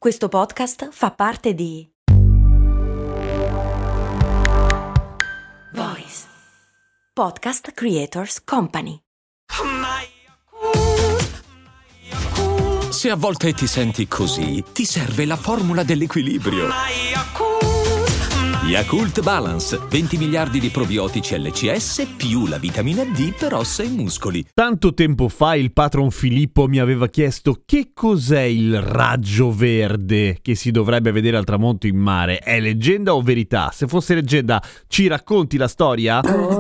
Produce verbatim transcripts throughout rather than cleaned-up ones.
Questo podcast fa parte di Voice Podcast Creators Company. Se a volte ti senti così, ti serve la formula dell'equilibrio. Yakult Balance, venti miliardi di probiotici L C S più la vitamina D per ossa e muscoli. Tanto tempo fa il patron Filippo mi aveva chiesto che cos'è il raggio verde che si dovrebbe vedere al tramonto in mare. È leggenda o verità? Se fosse leggenda, ci racconti la storia?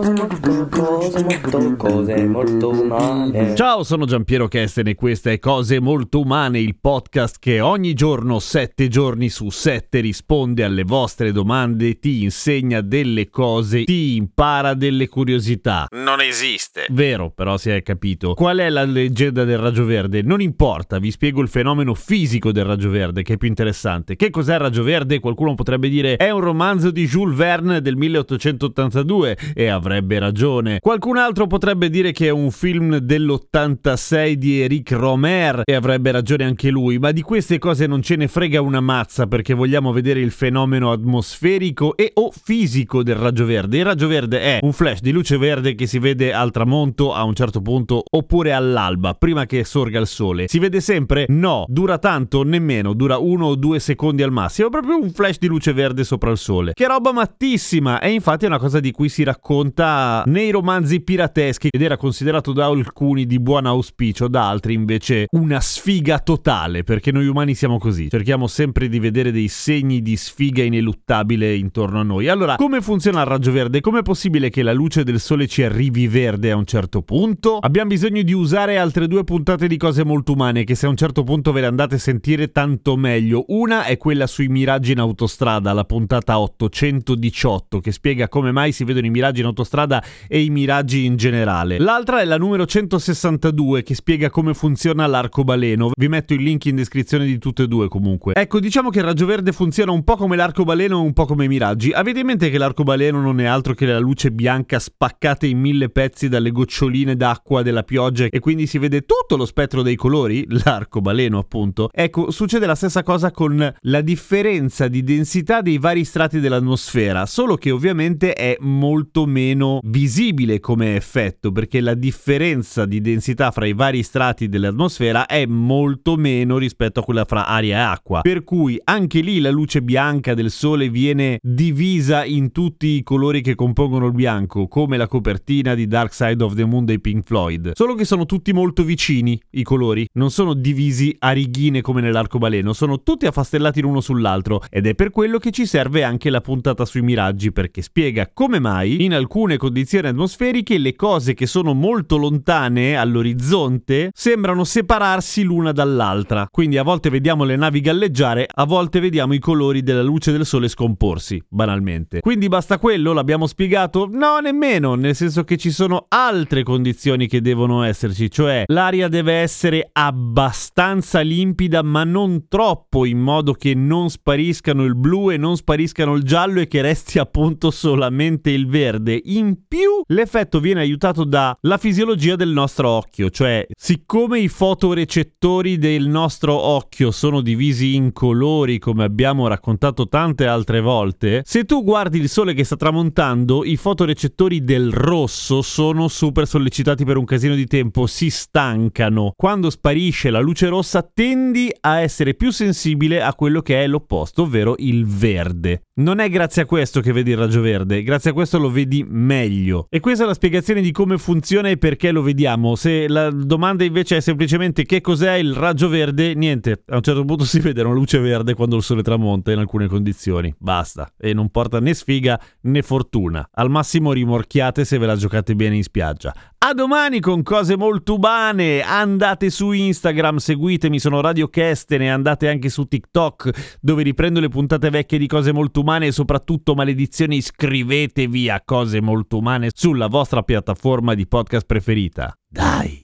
Cose molto, cose molto umane. Ciao, sono Giampiero Kesten e questa è Cose Molto Umane, il podcast che ogni giorno, sette giorni su sette, risponde alle vostre domande, ti insegna delle cose, ti impara delle curiosità. Non esiste. Vero, però si è capito. Qual è la leggenda del raggio verde? Non importa, vi spiego il fenomeno fisico del raggio verde, che è più interessante. Che cos'è il raggio verde? Qualcuno potrebbe dire è un romanzo di Jules Verne del milleottocentottantadue, e avrebbe ragione. Qualcun altro potrebbe dire che è un film dell'ottantasei di Éric Rohmer, e avrebbe ragione anche lui, ma di queste cose non ce ne frega una mazza, perché vogliamo vedere il fenomeno atmosferico e o fisico del raggio verde. Il raggio verde è un flash di luce verde che si vede al tramonto a un certo punto oppure all'alba, prima che sorga il sole. Si vede sempre? No. Dura tanto? Nemmeno. Dura uno o due secondi al massimo. È proprio un flash di luce verde sopra il sole. Che roba mattissima! E infatti è una cosa di cui si racconta nei romanzi pirateschi ed era considerato da alcuni di buon auspicio, da altri invece una sfiga totale, perché noi umani siamo così. Cerchiamo sempre di vedere dei segni di sfiga ineluttabile intorno a noi. Allora, come funziona il raggio verde? Com'è possibile che la luce del sole ci arrivi verde a un certo punto? Abbiamo bisogno di usare altre due puntate di Cose Molto Umane, che se a un certo punto ve le andate a sentire tanto meglio. Una è quella sui miraggi in autostrada, la puntata ottocentodiciotto, che spiega come mai si vedono i miraggi in autostrada e i miraggi in generale. L'altra è la numero centosessantadue, che spiega come funziona l'arcobaleno. Vi metto il link in descrizione di tutte e due comunque. Ecco, diciamo che il raggio verde funziona un po' come l'arcobaleno e un po' come i miraggi. Avete in mente che l'arcobaleno non è altro che la luce bianca spaccata in mille pezzi dalle goccioline d'acqua della pioggia e quindi si vede tutto lo spettro dei colori? L'arcobaleno, appunto. Ecco, succede la stessa cosa con la differenza di densità dei vari strati dell'atmosfera, solo che ovviamente è molto meno visibile come effetto, perché la differenza di densità fra i vari strati dell'atmosfera è molto meno rispetto a quella fra aria e acqua, per cui anche lì la luce bianca del sole viene divisa in tutti i colori che compongono il bianco, come la copertina di Dark Side of the Moon dei Pink Floyd, solo che sono tutti molto vicini i colori, non sono divisi a righine come nell'arcobaleno, sono tutti affastellati l'uno sull'altro, ed è per quello che ci serve anche la puntata sui miraggi, perché spiega come mai in alcune condizioni atmosferiche le cose che sono molto lontane all'orizzonte sembrano separarsi l'una dall'altra, quindi a volte vediamo le navi galleggiare, a volte vediamo i colori della luce del sole scomporsi, banalmente. Quindi basta quello? L'abbiamo spiegato? No, nemmeno, nel senso che ci sono altre condizioni che devono esserci, cioè l'aria deve essere abbastanza limpida ma non troppo, in modo che non spariscano il blu e non spariscano il giallo e che resti appunto solamente il verde. In più l'effetto viene aiutato dalla fisiologia del nostro occhio, cioè siccome i fotorecettori del nostro occhio sono divisi in colori, come abbiamo raccontato tante altre volte, se tu guardi il sole che sta tramontando, i fotorecettori del rosso sono super sollecitati per un casino di tempo, si stancano. Quando sparisce la luce rossa tendi a essere più sensibile a quello che è l'opposto, ovvero il verde. Non è grazie a questo che vedi il raggio verde, grazie a questo lo vedi meglio. E questa è la spiegazione di come funziona e perché lo vediamo. Se la domanda invece è semplicemente che cos'è il raggio verde, niente, a un certo punto si vede una luce verde quando il sole tramonta in alcune condizioni, basta, e non porta né sfiga né fortuna, al massimo rimorchiate se ve la giocate bene in spiaggia. A domani con Cose Molto Umane. Andate su Instagram, seguitemi, sono Radio Kesten, e andate anche su TikTok dove riprendo le puntate vecchie di Cose Molto Umane, e soprattutto, maledizione, iscrivetevi a Cose Molto Umane sulla vostra piattaforma di podcast preferita. Dai!